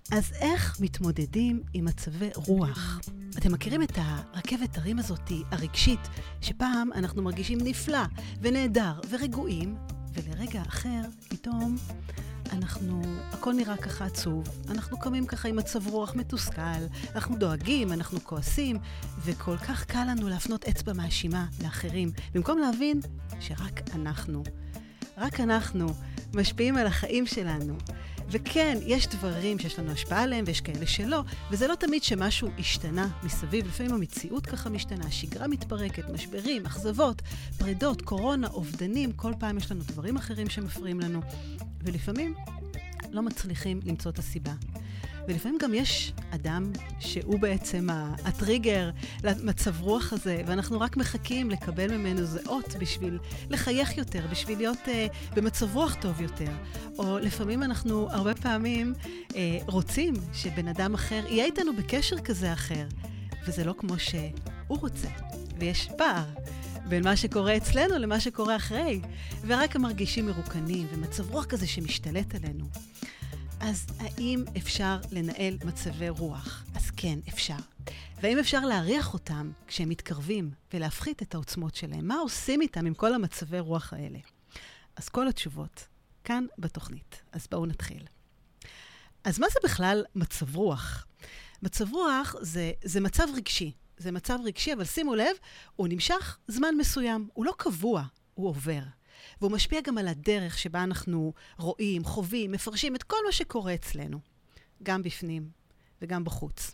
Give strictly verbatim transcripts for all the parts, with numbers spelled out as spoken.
אז איך מתמודדים עם מצבי רוח? אתם מכירים את הרכבת הרים הזאת הרגשית, שפעם אנחנו מרגישים נפלא ונהדר ורגועים, ולרגע אחר פתאום אנחנו, הכל נראה ככה עצוב, אנחנו קמים ככה עם מצב רוח מתוסכל, אנחנו דואגים, אנחנו כועסים, וכל כך קל לנו להפנות אצבע מאשימה לאחרים, במקום להבין שרק אנחנו, רק אנחנו משפיעים על החיים שלנו. וכן, יש דברים שיש לנו השפעה עליהם ויש כאלה שלא, וזה לא תמיד שמשהו השתנה מסביב, לפעמים המציאות ככה משתנה, השגרה מתפרקת, משברים, אכזבות, פרידות, קורונה, אובדנים, כל פעם יש לנו דברים אחרים שמפריעים לנו, ולפעמים לא מצליחים למצוא את הסיבה. ולפעמים גם יש אדם שהוא בעצם הטריגר למצב רוח הזה, ואנחנו רק מחכים לקבל ממנו זהות בשביל לחייך יותר, בשביל להיות uh, במצב רוח טוב יותר. או לפעמים אנחנו הרבה פעמים uh, רוצים שבן אדם אחר יהיה איתנו בקשר כזה אחר, וזה לא כמו שהוא רוצה. ויש פער בין מה שקורה אצלנו למה שקורה אחרי, ורק המרגישים מרוקנים ומצב רוח כזה שמשתלט עלינו. אז האם אפשר לנהל מצבי רוח? אז כן, אפשר. והאם אפשר להריח אותם כשהם מתקרבים ולהפחית את העוצמות שלהם? מה עושים איתם עם כל המצבי רוח האלה? אז כל התשובות כאן בתוכנית. אז בואו נתחיל. אז מה זה בכלל מצב רוח? מצב רוח זה, זה מצב רגשי. זה מצב רגשי, אבל שימו לב, הוא נמשך זמן מסוים. הוא לא קבוע, הוא עובר. והוא משפיע גם על הדרך שבה אנחנו רואים, חווים, מפרשים את כל מה שקורה אצלנו. גם בפנים וגם בחוץ.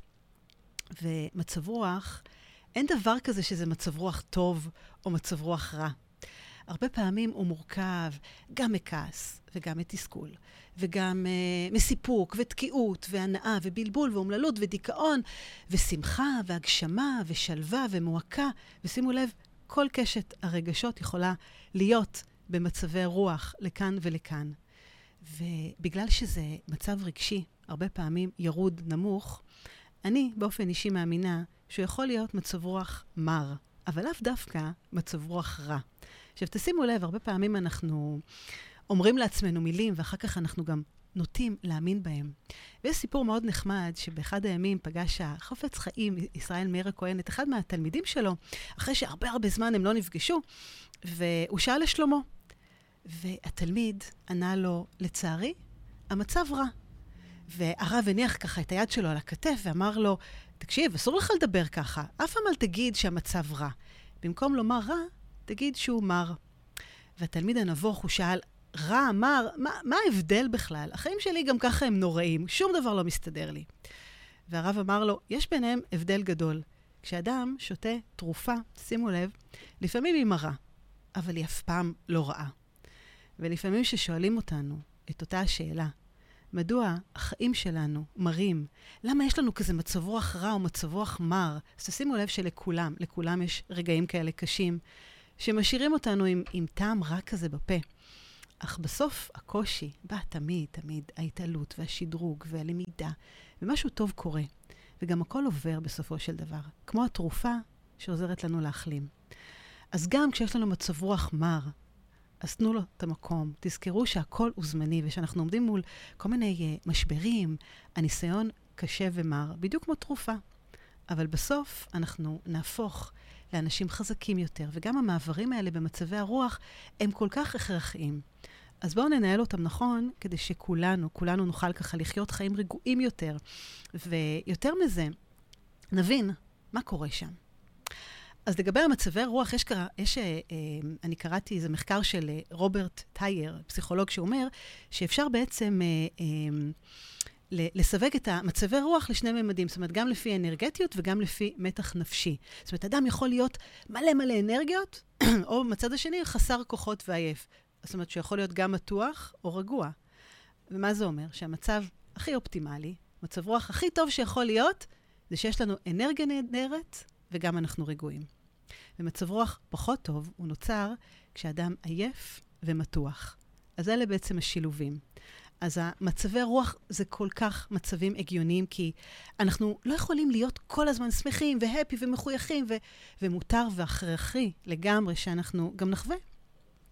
ומצב רוח, אין דבר כזה שזה מצב רוח טוב או מצב רוח רע. הרבה פעמים הוא מורכב גם מכעס וגם מתסכול, וגם uh, מסיפוק ותקיעות והנאה ובלבול ואומללות ודיכאון, ושמחה והגשמה ושלווה ומועקה. ושימו לב, כל קשת הרגשות יכולה להיות במצבי רוח לכאן ולכאן. ובגלל שזה מצב רגשי, הרבה פעמים ירוד נמוך, אני באופן אישי מאמינה שהוא יכול להיות מצב רוח מר, אבל לאו דווקא מצב רוח רע. עכשיו תשימו לב, הרבה פעמים אנחנו אומרים לעצמנו מילים, ואחר כך אנחנו גם נוטים להאמין בהם. ויש סיפור מאוד נחמד, שבאחד הימים פגש החפץ חיים ישראל מאיר הכהן, את אחד מהתלמידים שלו, אחרי שהרבה הרבה זמן הם לא נפגשו, והוא שאל לשלומו. והתלמיד ענה לו, לצערי, המצב רע. והרב הניח ככה את היד שלו על הכתף, ואמר לו, תקשיב, אסור לך לדבר ככה, אף פעם אל תגיד שהמצב רע. במקום לומר רע, תגיד שהוא מר. והתלמיד הנבוך הוא שאל, רע, מר, מה, מה ההבדל בכלל? החיים שלי גם ככה הם נוראים, שום דבר לא מסתדר לי. והרב אמר לו, יש ביניהם הבדל גדול. כשאדם שותה תרופה, שימו לב, לפעמים היא מרה, אבל היא אף פעם לא רעה. ולפעמים ששואלים אותנו את אותה השאלה, מדוע החיים שלנו מרים? למה יש לנו כזה מצב רוח רע או מצב רוח מר? אז תשימו לב שלכולם, לכולם יש רגעים כאלה קשים, שמשאירים אותנו עם, עם טעם רע כזה בפה. אך בסוף הקושי בא תמיד, תמיד, ההתעלות והשדרוג והלמידה, ומשהו טוב קורה. וגם הכל עובר בסופו של דבר, כמו התרופה שעוזרת לנו להחלים. אז גם כשיש לנו מצב רוח מר, אז תנו לו את המקום. תזכרו שהכל הוא זמני, ושאנחנו עומדים מול כל מיני uh, משברים, הניסיון קשה ומר, בדיוק כמו תרופה. אבל בסוף אנחנו נהפוך לאנשים חזקים יותר, וגם המעברים האלה במצבי הרוח הם כל כך הכרחיים. אז בואו ננהל אותם נכון, כדי שכולנו, כולנו נוכל ככה לחיות חיים רגועים יותר, ויותר מזה, נבין מה קורה שם. אז לגבי המצבי רוח, יש, יש, אה, אני קראתי איזה מחקר של רוברט טייר, פסיכולוג, שאומר שאפשר בעצם אה, אה, לסווג את המצבי רוח לשני ממדים, זאת אומרת, גם לפי אנרגטיות וגם לפי מתח נפשי. זאת אומרת, אדם יכול להיות מלא מלא אנרגיות, או מצד השני חסר כוחות ועייף. זאת אומרת, שיכול להיות גם מתוח או רגוע. ומה זה אומר? שהמצב הכי אופטימלי, מצב רוח הכי טוב שיכול להיות, זה שיש לנו אנרגיה נהדרת, וגם אנחנו רגועים. ומצב רוח פחות טוב הוא נוצר כשאדם עייף ומתוח. אז אלה בעצם השילובים. אז המצבי רוח זה כל כך מצבים הגיוניים, כי אנחנו לא יכולים להיות כל הזמן שמחים והפי ומחויכים, ו- ומותר והכרחי לגמרי שאנחנו גם נחווה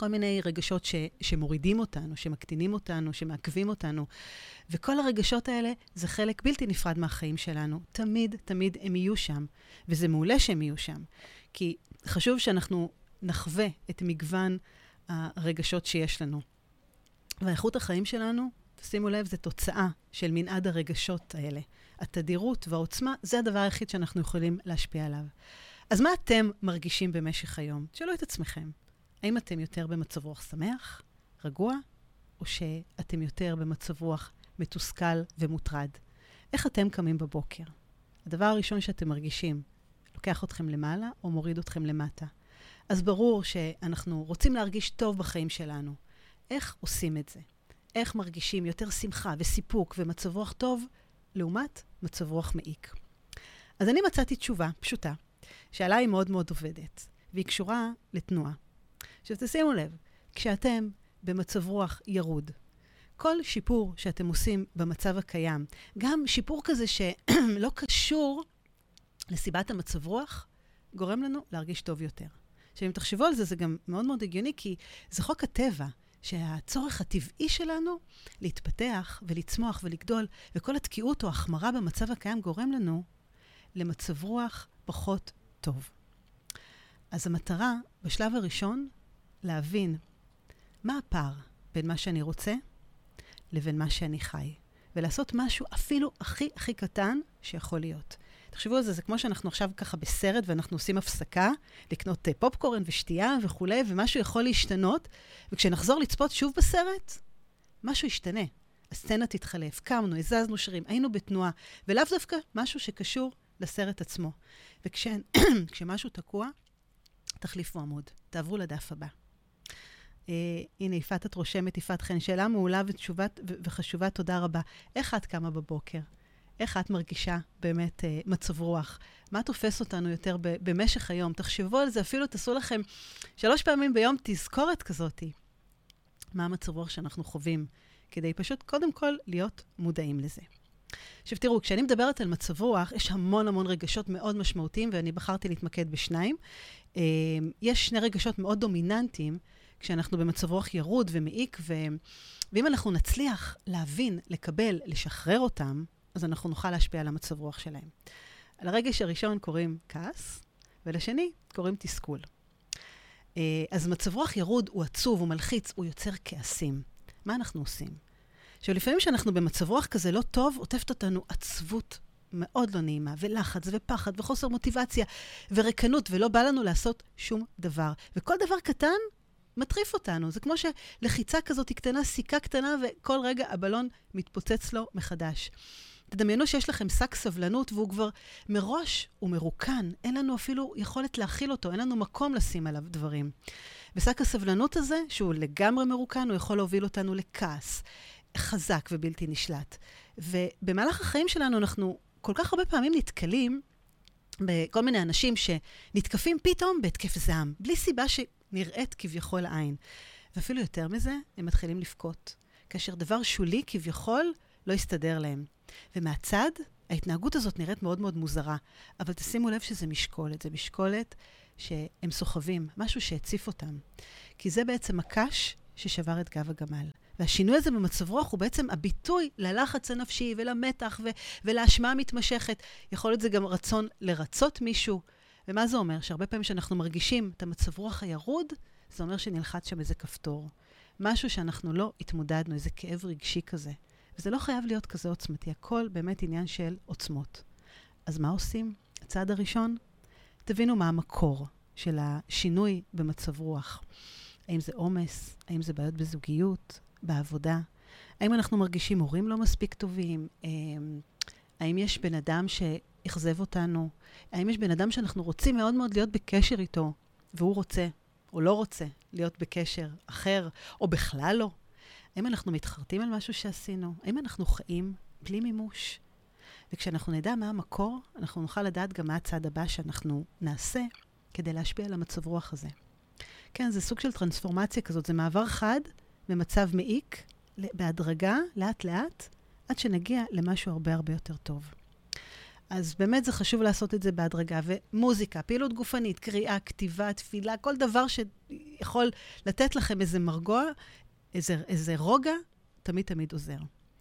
כל מיני רגשות ש, שמורידים אותנו, שמקטינים אותנו, שמעכבים אותנו. וכל הרגשות האלה זה חלק בלתי נפרד מהחיים שלנו. תמיד, תמיד הם יהיו שם. וזה מעולה שהם יהיו שם. כי חשוב שאנחנו נחווה את מגוון הרגשות שיש לנו. והאיכות החיים שלנו, תשימו לב, זה תוצאה של מנעד הרגשות האלה. התדירות והעוצמה, זה הדבר היחיד שאנחנו יכולים להשפיע עליו. אז מה אתם מרגישים במשך היום? תשאלו את עצמכם. האם אתם יותר במצב רוח שמח, רגוע, או שאתם יותר במצב רוח מתוסכל ומוטרד? איך אתם קמים בבוקר? הדבר הראשון שאתם מרגישים, לוקח אתכם למעלה או מוריד אתכם למטה? אז ברור שאנחנו רוצים להרגיש טוב בחיים שלנו. איך עושים את זה? איך מרגישים יותר שמחה וסיפוק ומצב רוח טוב, לעומת מצב רוח מעיק? אז אני מצאתי תשובה פשוטה, שעליי היא מאוד מאוד עובדת, והיא קשורה לתנועה. עכשיו תשימו לב, כשאתם במצב רוח ירוד, כל שיפור שאתם עושים במצב הקיים, גם שיפור כזה שלא קשור לסיבת המצב רוח, גורם לנו להרגיש טוב יותר. עכשיו אם תחשבו על זה, זה גם מאוד מאוד הגיוני, כי זה חוק הטבע, שהצורך הטבעי שלנו להתפתח ולצמוח ולגדול, וכל התקיעות או החמרה במצב הקיים גורם לנו למצב רוח פחות טוב. אז המטרה בשלב הראשון, להבין מה הפער בין מה שאני רוצה לבין מה שאני חי. ולעשות משהו אפילו הכי הכי קטן שיכול להיות. תחשבו על זה, זה כמו שאנחנו עכשיו ככה בסרט ואנחנו עושים הפסקה, לקנות פופקורן ושתייה וכו', ומשהו יכול להשתנות, וכשנחזור לצפות שוב בסרט, משהו ישתנה. הסצנה תתחלף, קמנו, הזזנו שרים, היינו בתנועה, ולאו דווקא משהו שקשור לסרט עצמו. וכשמשהו תקוע, תחליפו עמוד, תעברו לדף הבא. Uh, הנה, יפעת את רושמת, יפעת חן, שאלה מעולה ותשובת, ו- וחשובה, תודה רבה. איך את קמה בבוקר? איך את מרגישה באמת uh, מצב רוח? מה תופס אותנו יותר ב- במשך היום? תחשבו על זה, אפילו תעשו לכם שלוש פעמים ביום תזכורת כזאת. מה המצב רוח שאנחנו חווים? כדי פשוט קודם כל להיות מודעים לזה. עכשיו תראו, כשאני מדברת על מצב רוח, יש המון המון רגשות מאוד משמעותיים, ואני בחרתי להתמקד בשניים. Uh, יש שני רגשות מאוד דומיננטיים, כשאנחנו במצב רוח ירוד ומעיק, ו... ואם אנחנו נצליח להבין, לקבל, לשחרר אותם, אז אנחנו נוכל להשפיע על המצב רוח שלהם. על הרגש הראשון קוראים כעס, ולשני קוראים תסכול. אז מצב רוח ירוד הוא עצוב, הוא מלחיץ, הוא יוצר כעסים. מה אנחנו עושים? עכשיו, לפעמים שאנחנו במצב רוח כזה לא טוב, עוטפת אותנו עצבות מאוד לא נעימה, ולחץ ופחד וחוסר מוטיבציה ורקנות, ולא בא לנו לעשות שום דבר. וכל דבר קטן מטריף אותנו. זה כמו שלחיצה כזאת היא קטנה, סיכה קטנה, וכל רגע הבלון מתפוצץ לו מחדש. תדמיינו שיש לכם שק סבלנות, והוא כבר מראש הוא מרוקן. אין לנו אפילו יכולת להכיל אותו, אין לנו מקום לשים עליו דברים. ושק הסבלנות הזה, שהוא לגמרי מרוקן, הוא יכול להוביל אותנו לכעס, חזק ובלתי נשלט. ובמהלך החיים שלנו אנחנו כל כך הרבה פעמים נתקלים בכל מיני אנשים שנתקפים פתאום בהתקף זעם, בלי סיבה ש... נראית כביכול העין. ואפילו יותר מזה, הם מתחילים לבכות. כאשר דבר שולי כביכול לא יסתדר להם. ומהצד, ההתנהגות הזאת נראית מאוד מאוד מוזרה. אבל תשימו לב שזה משקולת. זה משקולת שהם סוחבים, משהו שהציף אותם. כי זה בעצם הקש ששבר את גב הגמל. והשינוי הזה במצב רוח הוא בעצם הביטוי ללחץ הנפשי ולמתח ו- ולהשמעה המתמשכת. יכול להיות זה גם רצון לרצות מישהו. ומה זה אומר? שהרבה פעמים שאנחנו מרגישים את המצב רוח הירוד, זה אומר שנלחץ שם איזה כפתור. משהו שאנחנו לא התמודדנו, איזה כאב רגשי כזה. וזה לא חייב להיות כזה עוצמתי. הכל באמת עניין של עוצמות. אז מה עושים? הצעד הראשון, תבינו מה המקור של השינוי במצב רוח. האם זה עומס? האם זה בעיות בזוגיות? בעבודה? האם אנחנו מרגישים הורים לא מספיק טובים? האם יש בן אדם שיחזב אותנו? האם יש בן אדם שאנחנו רוצים מאוד מאוד להיות בקשר איתו, והוא רוצה או לא רוצה להיות בקשר אחר, או בכלל לא? האם אנחנו מתחרטים על משהו שעשינו? האם אנחנו חיים בלי מימוש? וכשאנחנו נדע מה המקור, אנחנו נוכל לדעת גם מה הצעד הבא שאנחנו נעשה כדי להשפיע על המצב רוח הזה. כן, זה סוג של טרנספורמציה כזאת, זה מעבר חד ממצב מעיק, בהדרגה, לאט לאט, עד שנגיע למשהו הרבה הרבה יותר טוב. אז באמת זה חשוב לעשות את זה בהדרגה. ומוזיקה, פעילות גופנית, קריאה, כתיבה, תפילה, כל דבר שיכול לתת לכם איזה מרגוע, איזה, איזה רוגע, תמיד תמיד עוזר.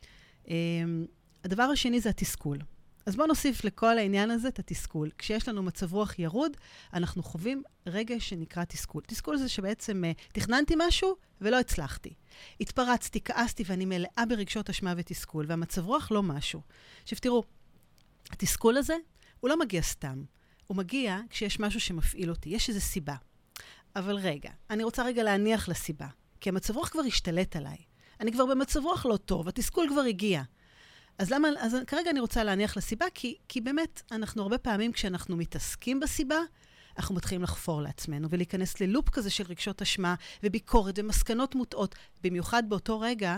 הדבר השני זה התסכול. אז בואו נוסיף לכל העניין הזה את התסכול. כשיש לנו מצב רוח ירוד, אנחנו חווים רגע שנקרא תסכול. תסכול זה שבעצם uh, תכננתי משהו ולא הצלחתי. התפרצתי, כעסתי ואני מלאה ברגשות אשמה ותסכול, והמצב רוח לא משהו. עכשיו תראו, התסכול הזה הוא לא מגיע סתם. הוא מגיע כשיש משהו שמפעיל אותי, יש איזו סיבה. אבל רגע, אני רוצה רגע להניח לסיבה, כי המצב רוח כבר השתלט עליי. אני כבר במצב רוח לא טוב, התסכול כבר הגיע. אז למה, אז כרגע אני רוצה להניח לסיבה, כי, כי באמת אנחנו הרבה פעמים כשאנחנו מתעסקים בסיבה, אנחנו מתחילים לחפור לעצמנו ולהיכנס ללופ כזה של רגשות אשמה וביקורת ומסקנות מוטעות, במיוחד באותו רגע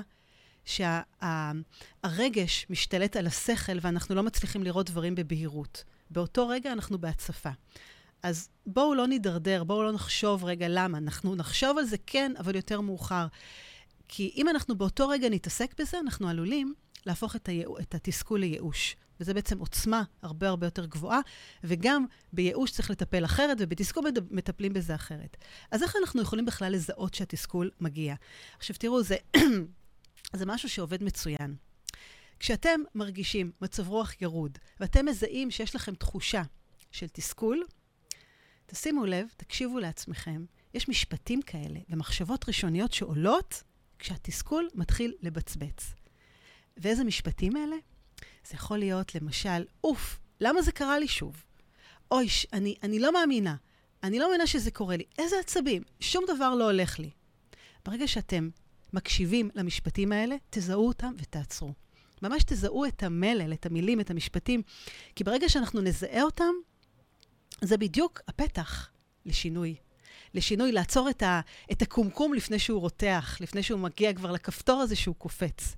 שהרגש משתלט על השכל ואנחנו לא מצליחים לראות דברים בבהירות. באותו רגע אנחנו בהצפה. אז בואו לא נדרדר, בואו לא נחשוב רגע למה. אנחנו נחשוב על זה כן, אבל יותר מאוחר. כי אם אנחנו באותו רגע נתעסק בזה, אנחנו עלולים להפוך את, הייאו, את התסכול לייאוש. וזה בעצם עוצמה הרבה הרבה יותר גבוהה, וגם בייאוש צריך לטפל אחרת, ובתסכול מטפלים בזה אחרת. אז איך אנחנו יכולים בכלל לזהות שהתסכול מגיע? עכשיו תראו, זה, זה משהו שעובד מצוין. כשאתם מרגישים מצב רוח ירוד, ואתם מזהים שיש לכם תחושה של תסכול, תשימו לב, תקשיבו לעצמכם, יש משפטים כאלה ומחשבות ראשוניות שעולות כשהתסכול מתחיל לבצבץ. ואיזה משפטים אלה? זה יכול להיות למשל, אוף, למה זה קרה לי שוב? אוי, אני, אני לא מאמינה. אני לא מאמינה שזה קורה לי. איזה עצבים? שום דבר לא הולך לי. ברגע שאתם מקשיבים למשפטים האלה, תזהו אותם ותעצרו. ממש תזהו את המלל, את המילים, את המשפטים. כי ברגע שאנחנו נזהה אותם, זה בדיוק הפתח לשינוי. לשינוי, לעצור את, ה, את הקומקום לפני שהוא רותח, לפני שהוא מגיע כבר לכפתור הזה שהוא קופץ.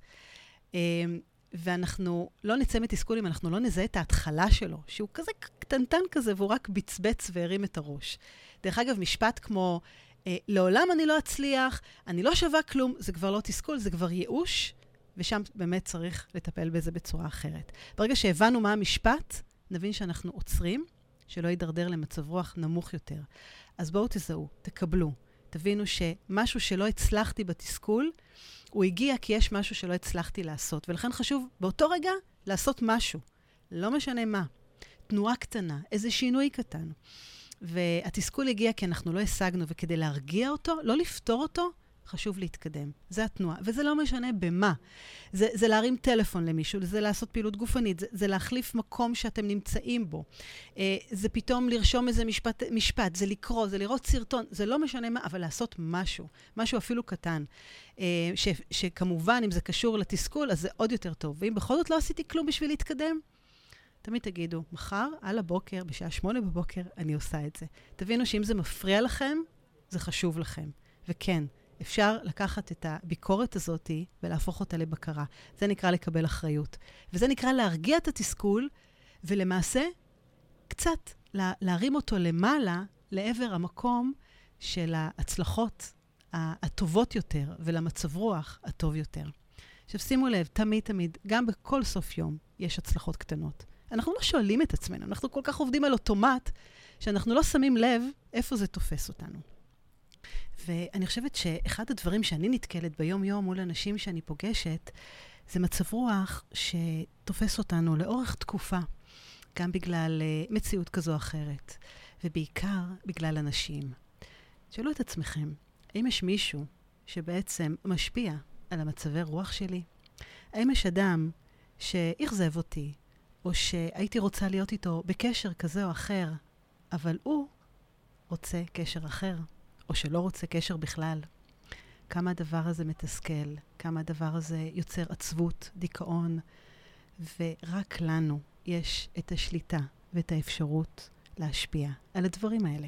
ואנחנו לא נצא מתסכול אם אנחנו לא נזהה את ההתחלה שלו, שהוא כזה קטנטן כזה, והוא רק בצבץ והרים את הראש. דרך אגב, משפט כמו, לעולם אני לא אצליח, אני לא שווה כלום, זה כבר לא תסכול, זה כבר ייאוש, ושם באמת צריך לטפל בזה בצורה אחרת. ברגע שהבנו מה המשפט, נבין שאנחנו עוצרים, שלא יידרדר למצב רוח נמוך יותר. אז בואו תזהו, תקבלו, תבינו שמשהו שלא הצלחתי בתסכול, הוא הגיע כי יש משהו שלא הצלחתי לעשות. ולכן חשוב באותו רגע לעשות משהו. לא משנה מה. תנועה קטנה, איזה שינוי קטן. והתסכול הגיע כי אנחנו לא השגנו, וכדי להרגיע אותו, לא לפתור אותו, חשוב להתקדם. זה התנועה. וזה לא משנה במה. זה, זה להרים טלפון למישהו, זה לעשות פעילות גופנית, זה, זה להחליף מקום שאתם נמצאים בו. אה, זה פתאום לרשום איזה משפט, משפט, זה לקרוא, זה לראות סרטון, זה לא משנה מה, אבל לעשות משהו. משהו אפילו קטן. אה, ש, שכמובן, אם זה קשור לתסכול, אז זה עוד יותר טוב. ואם בכל זאת לא עשיתי כלום בשביל להתקדם, תמיד תגידו, מחר, על הבוקר, בשעה שמונה בבוקר, אני עושה את זה. תבינו שאם זה מפריע לכם, זה חשוב לכם. וכן, אפשר לקחת את הביקורת הזאת ולהפוך אותה לבקרה. זה נקרא לקבל אחריות. וזה נקרא להרגיע את התסכול, ולמעשה קצת להרים אותו למעלה, לעבר המקום של ההצלחות הטובות יותר, ולמצב רוח הטוב יותר. עכשיו שימו לב, תמיד תמיד, גם בכל סוף יום, יש הצלחות קטנות. אנחנו לא שואלים את עצמנו, אנחנו כל כך עובדים על אוטומט, שאנחנו לא שמים לב איפה זה תופס אותנו. ואני חושבת שאחד הדברים שאני נתקלת ביום-יום מול אנשים שאני פוגשת, זה מצב רוח שתופס אותנו לאורך תקופה, גם בגלל uh, מציאות כזו או אחרת, ובעיקר בגלל אנשים. שאלו את עצמכם, האם יש מישהו שבעצם משפיע על המצבי רוח שלי? האם יש אדם שיחזב אותי, או שהייתי רוצה להיות איתו בקשר כזה או אחר, אבל הוא רוצה קשר אחר? או שלא רוצה קשר בכלל. כמה הדבר הזה מתסכל, כמה הדבר הזה יוצר עצבות, דיכאון, ורק לנו יש את השליטה ואת האפשרות להשפיע על הדברים האלה.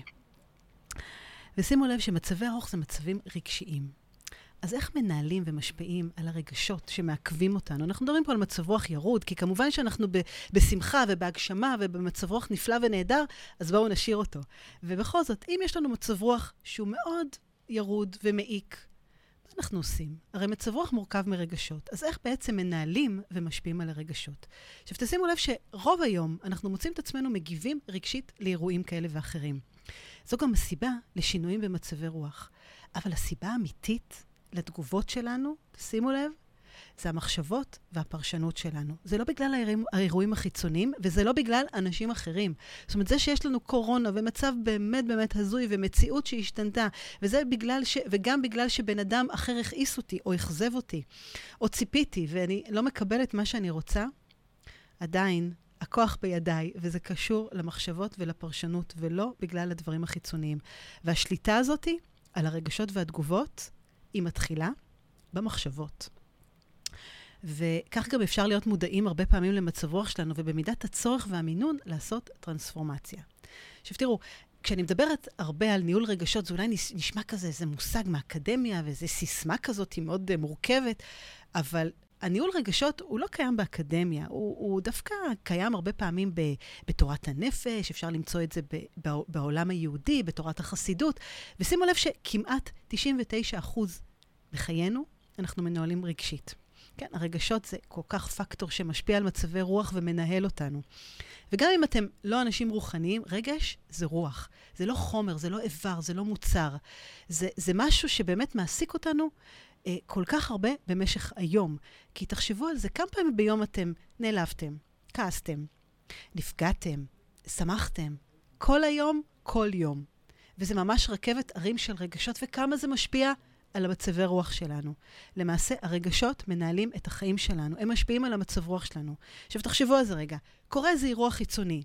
ושימו לב שמצבי רוח זה מצבים רגשיים. אז איך מנהלים ומשפיעים על הרגשות שמעכבים אותנו? אנחנו מדברים פה על מצב רוח ירוד, כי כמובן שאנחנו ב- בשמחה ובהגשמה ובמצב רוח נפלא ונהדר, אז בואו נשאיר אותו. ובכל זאת, אם יש לנו מצב רוח שהוא מאוד ירוד ומעיק, אנחנו עושים? הרי מצב רוח מורכב מרגשות, אז איך בעצם מנהלים ומשפיעים על הרגשות? עכשיו תשימו לב שרוב היום אנחנו מוצאים את עצמנו מגיבים רגשית לאירועים כאלה ואחרים. זו גם הסיבה לשינויים במצבי רוח. אבל הסיבה האמיתית לתגובות שלנו, תשימו לב, זה המחשבות והפרשנות שלנו. זה לא בגלל האירועים, האירועים החיצוניים, וזה לא בגלל אנשים אחרים. זאת אומרת, זה שיש לנו קורונה ומצב באמת באמת הזוי ומציאות שהשתנתה, וזה בגלל ש... וגם בגלל שבן אדם אחר הכעיס אותי, או הכזב אותי, או ציפיתי, ואני לא מקבלת מה שאני רוצה, עדיין הכוח בידיי, וזה קשור למחשבות ולפרשנות, ולא בגלל הדברים החיצוניים. והשליטה הזאת על הרגשות והתגובות, היא מתחילה במחשבות. וכך גם אפשר להיות מודעים הרבה פעמים למצב רוח שלנו, ובמידת הצורך והמינון לעשות טרנספורמציה. עכשיו תראו, כשאני מדברת הרבה על ניהול רגשות, זה אולי נשמע כזה, איזה מושג מאקדמיה, ואיזה סיסמה כזאת היא מאוד uh, מורכבת, אבל הניהול רגשות הוא לא קיים באקדמיה, הוא, הוא דווקא קיים הרבה פעמים ב, בתורת הנפש, אפשר למצוא את זה ב, ב, בעולם היהודי, בתורת החסידות, ושימו לב שכמעט תשעים ותשעה אחוז בחיינו אנחנו מנוהלים רגשית. כן, הרגשות זה כל כך פקטור שמשפיע על מצבי רוח ומנהל אותנו. וגם אם אתם לא אנשים רוחניים, רגש זה רוח. זה לא חומר, זה לא איבר, זה לא מוצר. זה, זה משהו שבאמת מעסיק אותנו אה, כל כך הרבה במשך היום. כי תחשבו על זה, כמה פעמים ביום אתם נעלבתם, כעסתם, נפגעתם, שמחתם. כל היום, כל יום. וזה ממש רכבת ערים של רגשות, וכמה זה משפיע על המצבי רוח שלנו. למעשה, הרגשות מנהלים את החיים שלנו. הם משפיעים על המצב רוח שלנו. עכשיו, תחשבו על זה רגע. קורה איזה אירוע חיצוני.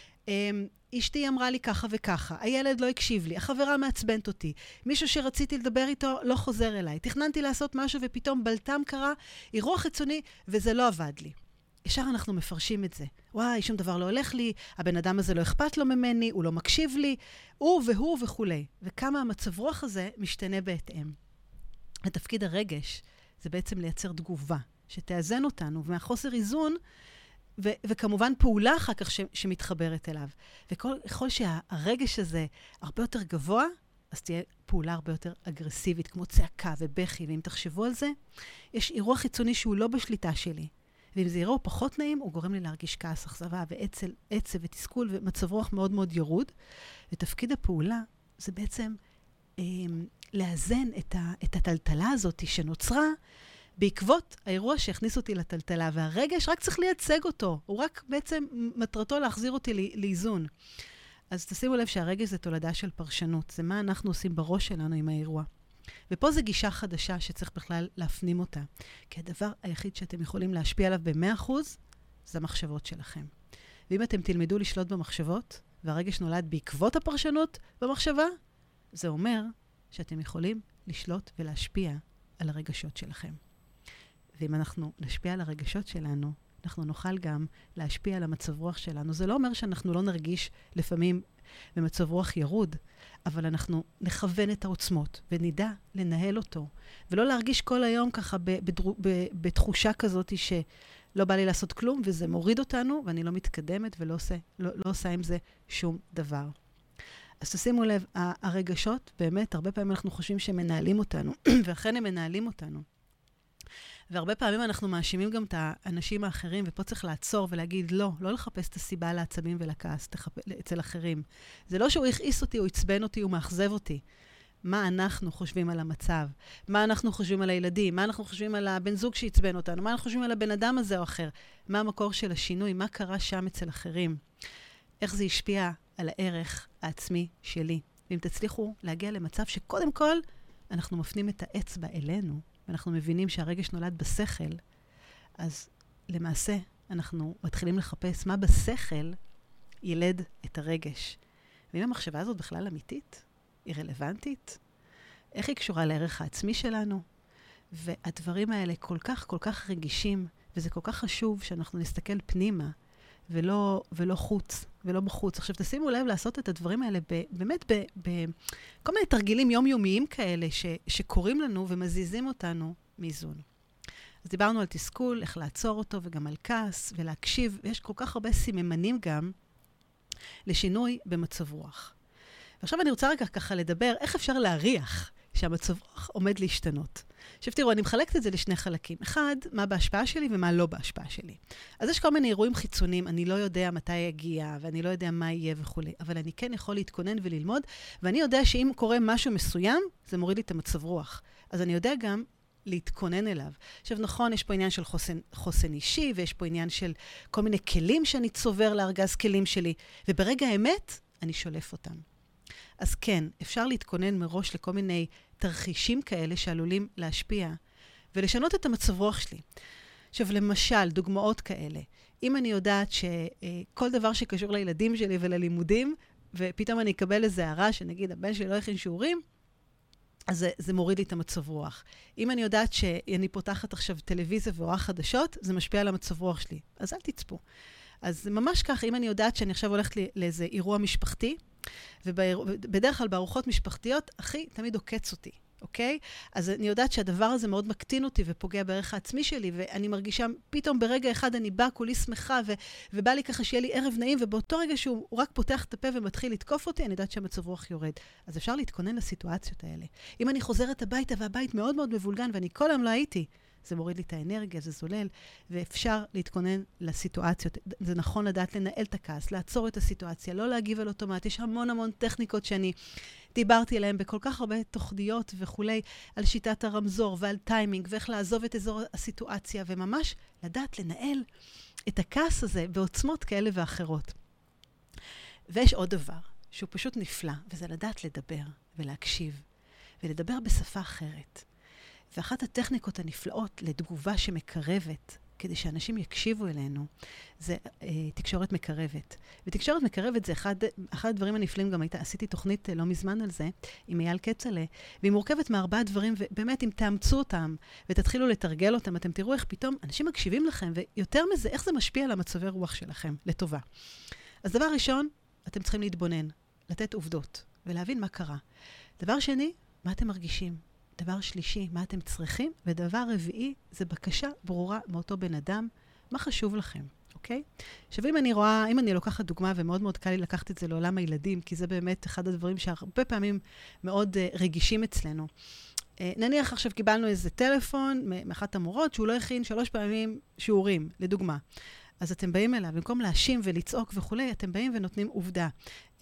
אשתי אמרה לי ככה וככה. הילד לא הקשיב לי. החברה מעצבנת אותי. מישהו שרציתי לדבר איתו לא חוזר אליי. תכננתי לעשות משהו ופתאום בלטם קרה. אירוע חיצוני וזה לא עבד לי. ישר אנחנו מפרשים את זה. וואי, שום דבר לא הולך לי. הבן אדם הזה לא אכפת לו ממני. הוא לא מקשיב לי. הוא והוא וכולי. וכמה המצב רוח הזה משתנה בהתאם. התפקיד הרגש זה בעצם לייצר תגובה שתאזן אותנו, ומהחוסר איזון, ו- וכמובן פעולה אחר כך ש- שמתחברת אליו. וכל שהרגש הזה הרבה יותר גבוה, אז תהיה פעולה הרבה יותר אגרסיבית, כמו צעקה ובכי, ואם תחשבו על זה, יש אירוע חיצוני שהוא לא בשליטה שלי. ואם זה אירוע פחות נעים, הוא גורם לי להרגיש כעס, אכזבה ועצב, עצב ותסכול ומצב רוח מאוד מאוד ירוד. ותפקיד הפעולה זה בעצם לאזן את, ה, את הטלטלה הזאת שנוצרה בעקבות האירוע שהכניס אותי לטלטלה, והרגש רק צריך לייצג אותו, הוא רק בעצם מטרתו להחזיר אותי לאיזון. אז תשימו לב שהרגש זה תולדה של פרשנות, זה מה אנחנו עושים בראש שלנו עם האירוע. ופה זו גישה חדשה שצריך בכלל להפנים אותה, כי הדבר היחיד שאתם יכולים להשפיע עליו ב-מאה אחוז זה המחשבות שלכם. ואם אתם תלמדו לשלוט במחשבות, והרגש נולד בעקבות הפרשנות במחשבה, זה אומר שאתם יכולים לשלוט ולהשפיע על הרגשות שלכם. ואם אנחנו נשפיע על הרגשות שלנו, אנחנו נוכל גם להשפיע על המצב רוח שלנו. זה לא אומר שאנחנו לא נרגיש לפעמים במצב רוח ירוד, אבל אנחנו נכוון את העוצמות ונדע לנהל אותו, ולא להרגיש כל היום ככה בדרו, בתחושה כזאת שלא בא לי לעשות כלום, וזה מוריד אותנו, ואני לא מתקדמת ולא עושה, לא, לא עושה עם זה שום דבר. אז תשימו לב, הרגשות, באמת, הרבה פעמים אנחנו חושבים שהם מנהלים אותנו, ואכן הם מנהלים אותנו. והרבה פעמים אנחנו מאשימים גם את האנשים האחרים, ופה צריך לעצור ולהגיד, לא, לא לחפש את הסיבה לעצבים ולכעס תחפ... אצל אחרים. זה לא שהוא הכעיס אותי, הוא עצבן אותי, הוא מאכזב אותי. מה אנחנו חושבים על המצב? מה אנחנו חושבים על הילדים? מה אנחנו חושבים על הבן זוג שעצבן אותנו? מה אנחנו חושבים על הבן אדם הזה או אחר? מה המקור של השינוי? מה קרה שם אצל אחרים? איך זה השפיע על הערך העצמי שלי? ואם תצליחו להגיע למצב שקודם כל אנחנו מפנים את האצבע אלינו, ואנחנו מבינים שהרגש נולד בשכל, אז למעשה אנחנו מתחילים לחפש מה בשכל ילד את הרגש. ואם המחשבה הזאת בכלל אמיתית, היא רלוונטית, איך היא קשורה לערך העצמי שלנו? והדברים האלה כל כך כל כך רגישים, וזה כל כך חשוב שאנחנו נסתכל פנימה, ולא, ולא חוץ, ולא בחוץ. עכשיו תשימו לב לעשות את הדברים האלה ב, באמת בכל מיני תרגילים יומיומיים כאלה ש, שקוראים לנו ומזיזים אותנו מאיזון. אז דיברנו על תסכול, איך לעצור אותו וגם על כעס ולהקשיב, ויש כל כך הרבה סימנים גם לשינוי במצב רוח. ועכשיו אני רוצה רגע ככה לדבר איך אפשר להריח שהמצב רוח עומד להשתנות. עכשיו תראו, אני מחלקת את זה לשני חלקים. אחד, מה בהשפעה שלי ומה לא בהשפעה שלי. אז יש כל מיני אירועים חיצוניים, אני לא יודע מתי יגיע, ואני לא יודע מה יהיה וכו'. אבל אני כן יכול להתכונן וללמוד, ואני יודע שאם קורה משהו מסוים, זה מוריד לי את המצב רוח. אז אני יודע גם להתכונן אליו. עכשיו נכון, יש פה עניין של חוסן, חוסן אישי, ויש פה עניין של כל מיני כלים שאני צובר לארגז כלים שלי, וברגע האמת, אני שולף אותם. אז כן, אפשר להתכונן מראש לכל מיני תרחישים כאלה שעלולים להשפיע, ולשנות את המצב רוח שלי. עכשיו, למשל, דוגמאות כאלה. אם אני יודעת שכל דבר שקשור לילדים שלי וללימודים, ופתאום אני אקבל איזו הערה שנגיד, הבן שלי לא הכין שיעורים, אז זה, זה מוריד לי את המצב רוח. אם אני יודעת שאני פותחת עכשיו טלוויזיה ורואה חדשות, זה משפיע על המצב רוח שלי. אז אל תצפו. אז ממש כך, אם אני יודעת שאני עכשיו הולכת לאיזה אירוע משפחתי, ובדרך כלל בארוחות משפחתיות, אחי תמיד עוקץ אותי, אוקיי? אז אני יודעת שהדבר הזה מאוד מקטין אותי ופוגע בערך העצמי שלי, ואני מרגישה, פתאום ברגע אחד אני באה, כולי שמחה, ו- ובא לי ככה שיהיה לי ערב נעים, ובאותו רגע שהוא רק פותח את הפה ומתחיל לתקוף אותי, אני יודעת שהמצב רוח יורד. אז אפשר להתכונן לסיטואציות האלה. אם אני חוזרת הביתה, והבית מאוד מאוד מבולגן, ואני כל היום לא הייתי, זה מוריד לי את האנרגיה, זה זולל, ואפשר להתכונן לסיטואציות. זה נכון לדעת לנהל את הכעס, לעצור את הסיטואציה, לא להגיב על אוטומט. יש המון המון טכניקות שאני דיברתי עליהן בכל כך הרבה תוכניות וכולי, על שיטת הרמזור ועל טיימינג, ואיך לעזוב את אזור הסיטואציה, וממש לדעת לנהל את הכעס הזה בעוצמות כאלה ואחרות. ויש עוד דבר, שהוא פשוט נפלא, וזה לדעת לדבר ולהקשיב, ולדבר בשפה אחרת. ואחת הטכניקות הנפלאות לתגובה שמקרבת, כדי שאנשים יקשיבו אלינו, זה אה, תקשורת מקרבת. ותקשורת מקרבת זה אחד, אחד הדברים הנפלאים, גם הייתה, עשיתי תוכנית לא מזמן על זה, עם אייל קצלה, והיא מורכבת מארבעה דברים, ובאמת אם תאמצו אותם, ותתחילו לתרגל אותם, אתם תראו איך פתאום אנשים מקשיבים לכם, ויותר מזה, איך זה משפיע על המצבי רוח שלכם, לטובה. אז דבר ראשון, אתם צריכים להתבונן, לתת עובדות, ולהבין מה קרה. דבר שני, מה אתם מרגישים? דבר שלישי, מה אתם צריכים? ודבר רביעי, זה בקשה ברורה מאותו בן אדם, מה חשוב לכם, אוקיי? עכשיו, אם אני רואה, אם אני לוקחת דוגמה, ומאוד מאוד קל לי לקחת את זה לעולם הילדים, כי זה באמת אחד הדברים שהרבה פעמים מאוד uh, רגישים אצלנו. Uh, נניח עכשיו קיבלנו איזה טלפון מאחת המורות, שהוא לא הכין שלוש פעמים שיעורים, לדוגמה. אז אתם באים אליו, במקום להאשים ולצעוק וכולי, אתם באים ונותנים עובדה. Uh,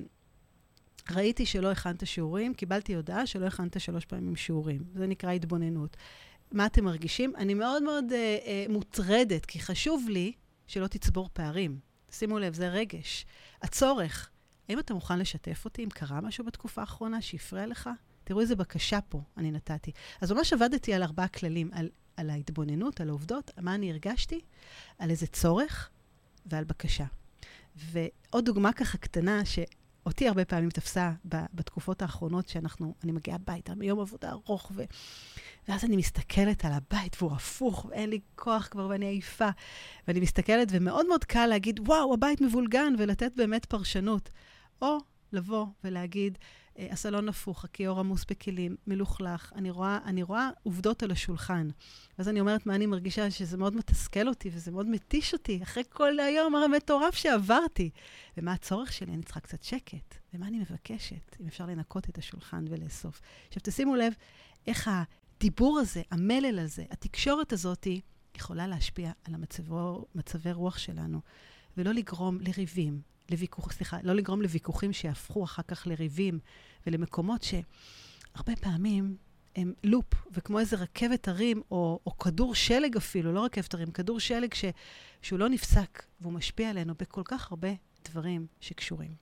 ראיתי שלא הכנת שיעורים, קיבלתי הודעה שלא הכנת שלוש פעמים שיעורים. זה נקרא התבוננות. מה אתם מרגישים? אני מאוד מאוד אה, אה, מוטרדת, כי חשוב לי שלא תצבור פערים. שימו לב, זה רגש. הצורך, האם אתה מוכן לשתף אותי אם קרה משהו בתקופה האחרונה שיפריע לך? תראו איזה בקשה פה אני נתתי. אז ממש עבדתי על ארבעה כללים, על, על ההתבוננות, על העובדות, מה אני הרגשתי, על איזה צורך ועל בקשה. ועוד דוגמה ככה קטנה ש... אותי הרבה פעמים תפסה בתקופות האחרונות שאנחנו, אני מגיעה הביתה מיום עבודה ארוך, ו... ואז אני מסתכלת על הבית והוא הפוך, ואין לי כוח כבר ואני עייפה. ואני מסתכלת ומאוד מאוד קל להגיד, וואו, הבית מבולגן, ולתת באמת פרשנות. או לבוא ולהגיד, הסלון הפוך, הכיור עמוס בכלים, מלוכלך, אני רואה, אני רואה עובדות על השולחן. אז אני אומרת מה אני מרגישה, שזה מאוד מתסכל אותי, וזה מאוד מתיש אותי, אחרי כל היום המטורף שעברתי. ומה הצורך שלי? אני צריכה קצת שקט. ומה אני מבקשת? אם אפשר לנקות את השולחן ולאסוף. עכשיו תשימו לב, איך הדיבור הזה, המלל הזה, התקשורת הזאת, יכולה להשפיע על המצבו, מצבי רוח שלנו, ולא לגרום לריבים. לוויכוח, סליחה, לא לגרום לוויכוחים שיהפכו אחר כך לריבים ולמקומות שהרבה פעמים הם לופ, וכמו איזה רכבת הרים או, או כדור שלג אפילו, לא רכבת הרים, כדור שלג ש, שהוא לא נפסק והוא משפיע עלינו בכל כך הרבה דברים שקשורים.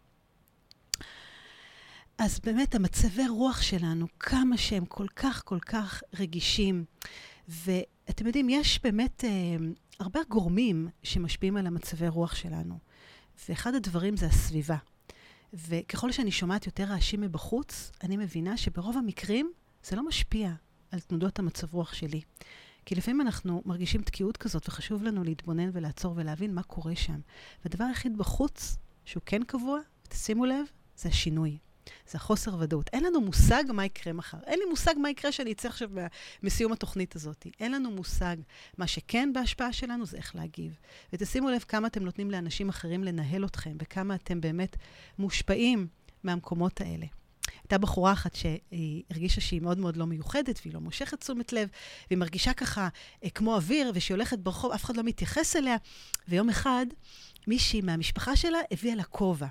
אז באמת המצבי רוח שלנו, כמה שהם כל כך כל כך רגישים, ואתם יודעים, יש באמת אה, הרבה גורמים שמשפיעים על המצבי רוח שלנו. ואחד הדברים זה הסביבה. וככל שאני שומעת יותר רעשים מבחוץ, אני מבינה שברוב המקרים זה לא משפיע על תנודות המצב רוח שלי. כי לפעמים אנחנו מרגישים תקיעות כזאת, וחשוב לנו להתבונן ולעצור ולהבין מה קורה שם. והדבר היחיד בחוץ, שהוא כן קבוע, תשימו לב, זה השינוי. זה החוסר ודאות. אין לנו מושג מה יקרה מחר. אין לי מושג מה יקרה שאני אצא עכשיו מסיום התוכנית הזאת. אין לנו מושג. מה שכן בהשפעה שלנו זה איך להגיב. ותשימו לב כמה אתם נותנים לאנשים אחרים לנהל אתכם, וכמה אתם באמת מושפעים מהמקומות האלה. הייתה בחורה אחת שהיא הרגישה שהיא מאוד מאוד לא מיוחדת, והיא לא מושכת תשומת לב, והיא מרגישה ככה אה, כמו אוויר, ושהיא הולכת ברחוב, אף אחד לא מתייחס אליה. ויום אחד, מישהי מהמשפחה שלה הביאה לה כובע.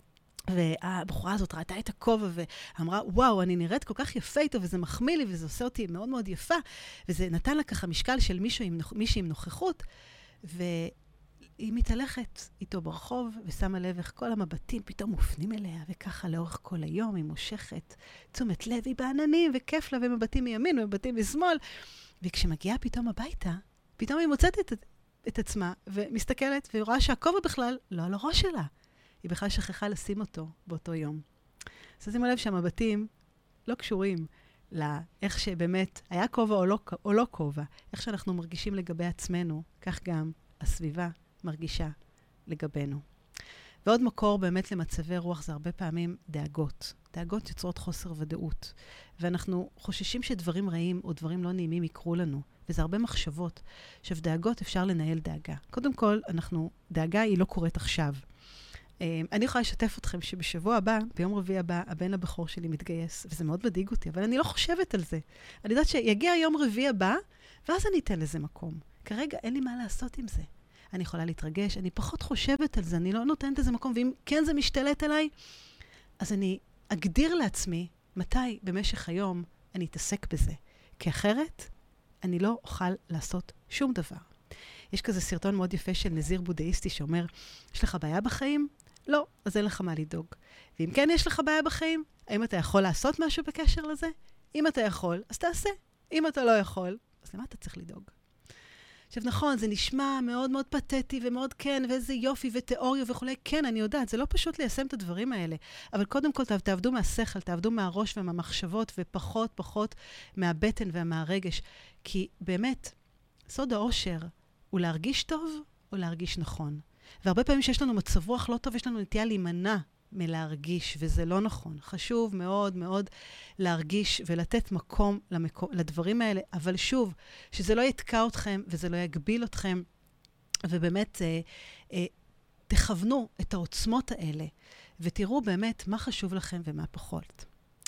והבחורה הזאת ראתה את הכובע ואמרה, וואו, אני נראית כל כך יפה איתו, וזה מחמיא לי, וזה עושה אותי מאוד מאוד יפה. וזה נתן לה ככה משקל של מישהו עם, מישהי עם נוכחות, והיא מתהלכת איתו ברחוב, ושמה לב איך כל המבטים פתאום מופנים אליה, וככה לאורך כל היום היא מושכת תשומת לב, היא בעננים, וכיף לה, ומבטים מימין, ומבטים משמאל. וכשמגיעה פתאום הביתה, פתאום היא מוצאת את, את עצמה, ומסתכלת, והיא רואה שהכובע בכלל לא על הראש שלה. היא בכלל שכחה לשים אותו באותו יום. אז שימו לב שהמבטים לא קשורים לאיך שבאמת היה כובע או לא, או לא כובע. איך שאנחנו מרגישים לגבי עצמנו, כך גם הסביבה מרגישה לגבינו. ועוד מקור באמת למצבי רוח זה הרבה פעמים דאגות. דאגות יוצרות חוסר ודאות. ואנחנו חוששים שדברים רעים או דברים לא נעימים יקרו לנו. וזה הרבה מחשבות. עכשיו, דאגות אפשר לנהל דאגה. קודם כל, אנחנו, דאגה היא לא קורית עכשיו. אני יכולה לשתף אתכם שבשבוע הבא, ביום רביעי הבא, הבן הבכור שלי מתגייס, וזה מאוד מדאיג אותי, אבל אני לא חושבת על זה. אני יודעת שיגיע יום רביעי הבא, ואז אני אתן לזה מקום. כרגע אין לי מה לעשות עם זה. אני יכולה להתרגש, אני פחות חושבת על זה, אני לא נותנת לזה מקום, ואם כן זה משתלט עליי, אז אני אגדיר לעצמי מתי במשך היום אני אתעסק בזה. כי אחרת, אני לא אוכל לעשות שום דבר. יש כזה סרטון מאוד יפה של נזיר בודהיסטי שאומר, יש לך בעיה בחיים? לא, אז אין לך מה לדאוג. ואם כן יש לך בעיה בחיים, האם אתה יכול לעשות משהו בקשר לזה? אם אתה יכול, אז תעשה. אם אתה לא יכול, אז למה אתה צריך לדאוג? עכשיו נכון, זה נשמע מאוד מאוד פתטי ומאוד כן, ואיזה יופי ותיאוריה וכולי. כן, אני יודעת, זה לא פשוט ליישם את הדברים האלה. אבל קודם כל, תעבדו מהשכל, תעבדו מהראש ומהמחשבות, ופחות פחות מהבטן ומהרגש. כי באמת, סוד האושר הוא להרגיש טוב או להרגיש נכון. והרבה פעמים שיש לנו מצב רוח לא טוב, יש לנו נטייה להימנע מלהרגיש, וזה לא נכון. חשוב מאוד מאוד להרגיש ולתת מקום למקום, לדברים האלה, אבל שוב, שזה לא יתקע אתכם וזה לא יגביל אתכם, ובאמת אה, אה, תכוונו את העוצמות האלה, ותראו באמת מה חשוב לכם ומה פחות.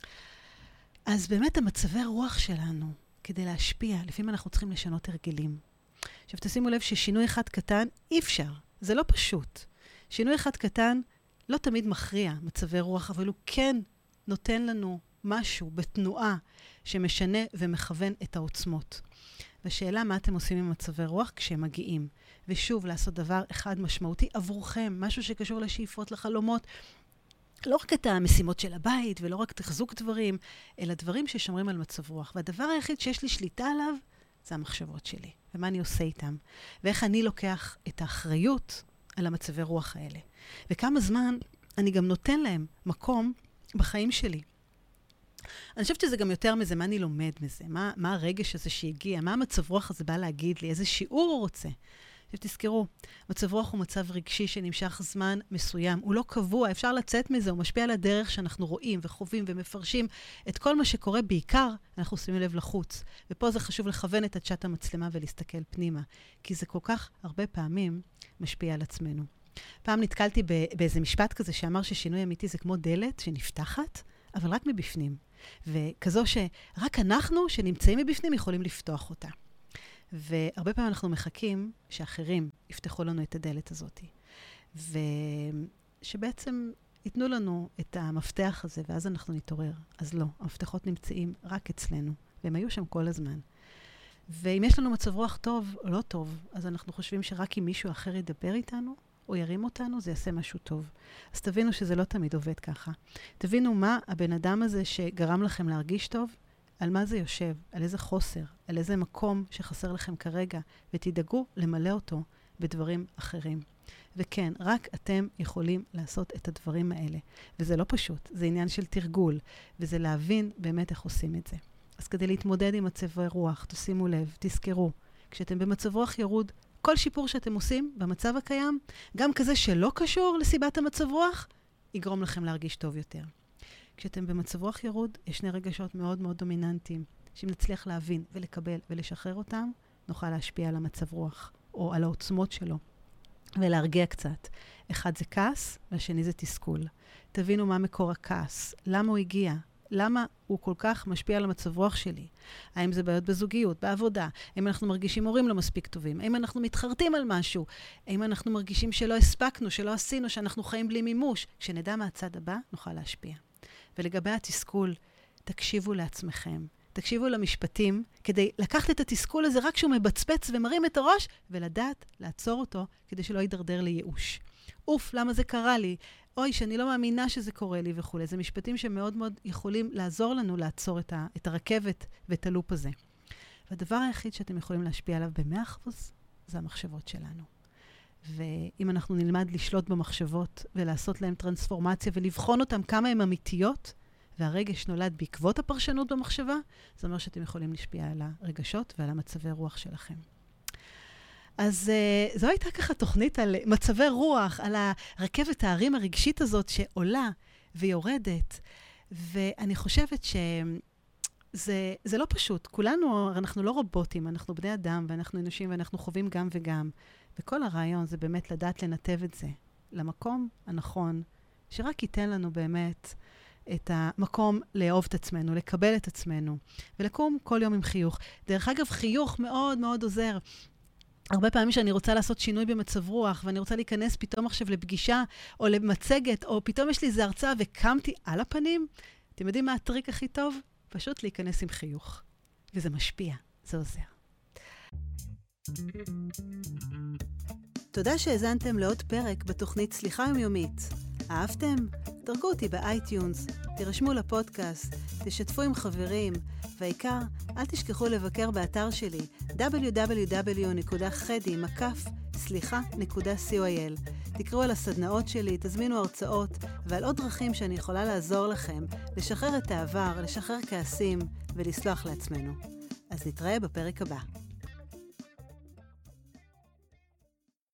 אז באמת המצבי רוח שלנו, כדי להשפיע, לפעמים אנחנו צריכים לשנות הרגלים. עכשיו תשימו לב ששינוי אחד קטן אי אפשר, זה לא פשוט. שינוי אחד קטן לא תמיד מכריע מצבי רוח, אבל הוא כן נותן לנו משהו בתנועה שמשנה ומכוון את העוצמות. והשאלה מה אתם עושים עם מצבי רוח כשהם מגיעים. ושוב, לעשות דבר אחד משמעותי עבורכם, משהו שקשור לשאיפות, לחלומות, לא רק את המשימות של הבית ולא רק תחזוק דברים, אלא דברים ששומרים על מצב רוח. והדבר היחיד שיש לי שליטה עליו, זה המחשבות שלי. ומה אני עושה איתם. ואיך אני לוקח את האחריות על המצבי רוח האלה. וכמה זמן אני גם נותן להם מקום בחיים שלי. אני חושבת שזה גם יותר מזה, מה אני לומד מזה, מה, מה הרגש הזה שהגיע, מה המצב רוח הזה בא להגיד לי, איזה שיעור הוא רוצה. עכשיו תזכרו, מצב רוח הוא מצב רגשי שנמשך זמן מסוים, הוא לא קבוע, אפשר לצאת מזה, הוא משפיע על הדרך שאנחנו רואים וחווים ומפרשים את כל מה שקורה, בעיקר אנחנו שימים לב לחוץ. ופה זה חשוב לכוון את עדשת המצלמה ולהסתכל פנימה, כי זה כל כך הרבה פעמים משפיע על עצמנו. פעם נתקלתי באיזה משפט כזה שאמר ששינוי אמיתי זה כמו דלת שנפתחת, אבל רק מבפנים. וכזו שרק אנחנו שנמצאים מבפנים יכולים לפתוח אותה. והרבה פעמים אנחנו מחכים שאחרים יפתחו לנו את הדלת הזאת. ושבעצם ייתנו לנו את המפתח הזה, ואז אנחנו נתעורר. אז לא, המפתחות נמצאים רק אצלנו, והם היו שם כל הזמן. ואם יש לנו מצב רוח טוב או לא טוב, אז אנחנו חושבים שרק אם מישהו אחר ידבר איתנו, או ירים אותנו, זה יעשה משהו טוב. אז תבינו שזה לא תמיד עובד ככה. תבינו מה הבן אדם הזה שגרם לכם להרגיש טוב, על מה זה יושב, על איזה חוסר, על איזה מקום שחסר לכם כרגע, ותדאגו למלא אותו בדברים אחרים. וכן, רק אתם יכולים לעשות את הדברים האלה. וזה לא פשוט, זה עניין של תרגול, וזה להבין באמת איך עושים את זה. אז כדי להתמודד עם מצבי רוח, תשימו לב, תזכרו, כשאתם במצב רוח ירוד, כל שיפור שאתם עושים במצב הקיים, גם כזה שלא קשור לסיבת המצב רוח, יגרום לכם להרגיש טוב יותר. כשאתם במצב רוח ירוד, יש שני רגשות מאוד מאוד דומיננטיים, שאם נצליח להבין ולקבל ולשחרר אותם, נוכל להשפיע על המצב רוח, או על העוצמות שלו, ולהרגיע קצת. אחד זה כעס, והשני זה תסכול. תבינו מה מקור הכעס, למה הוא הגיע, למה הוא כל כך משפיע על המצב רוח שלי. האם זה בעיות בזוגיות, בעבודה, האם אנחנו מרגישים הורים לא מספיק טובים, האם אנחנו מתחרטים על משהו, האם אנחנו מרגישים שלא הספקנו, שלא עשינו, שאנחנו חיים בלי מימוש. כשנדע מהצד הבא, נוכל להשפיע. ולגבי התסכול, תקשיבו לעצמכם. תקשיבו למשפטים, כדי לקחת את התסכול הזה רק שהוא מבצבץ ומרים את הראש, ולדעת לעצור אותו, כדי שלא יידרדר לייאוש. אוף, למה זה קרה לי? אוי, שאני לא מאמינה שזה קורה לי וכו'. זה משפטים שמאוד מאוד יכולים לעזור לנו לעצור את, ה, את הרכבת ואת הלופ הזה. והדבר היחיד שאתם יכולים להשפיע עליו במאה אחוז, זה המחשבות שלנו. ואם אנחנו נלמד לשלוט במחשבות, ולעשות להם טרנספורמציה, ולבחון אותם כמה הן אמיתיות, והרגש נולד בעקבות הפרשנות במחשבה, זה אומר שאתם יכולים להשפיע על הרגשות ועל המצבי רוח שלכם. אז uh, זו הייתה ככה תוכנית על מצבי רוח, על הרכבת הערים הרגשית הזאת שעולה ויורדת, ואני חושבת שזה זה לא פשוט. כולנו, אנחנו לא רובוטים, אנחנו בני אדם, ואנחנו אנושים, ואנחנו חווים גם וגם. וכל הרעיון זה באמת לדעת לנתב את זה למקום הנכון, שרק ייתן לנו באמת את המקום לאהוב את עצמנו, לקבל את עצמנו, ולקום כל יום עם חיוך. דרך אגב, חיוך מאוד מאוד עוזר. הרבה פעמים שאני רוצה לעשות שינוי במצב רוח, ואני רוצה להיכנס פתאום עכשיו לפגישה, או למצגת, או פתאום יש לי איזו הרצאה וקמתי על הפנים. אתם יודעים מה הטריק הכי טוב? פשוט להיכנס עם חיוך. וזה משפיע, זה עוזר. תודה שהזנתם לעוד פרק בתוכנית סליחה יומיומית. אהבתם? דרגו אותי באייטיונס, תירשמו לפודקאסט, תשתפו עם חברים, והעיקר, אל תשכחו לבקר באתר שלי דאבליו דאבליו דאבליו נקודה חדי מקף סליחה נקודה סי או איי אל. תקראו על הסדנאות שלי, תזמינו הרצאות, ועל עוד דרכים שאני יכולה לעזור לכם לשחרר את העבר, לשחרר כעסים ולסלוח לעצמנו. אז נתראה בפרק הבא.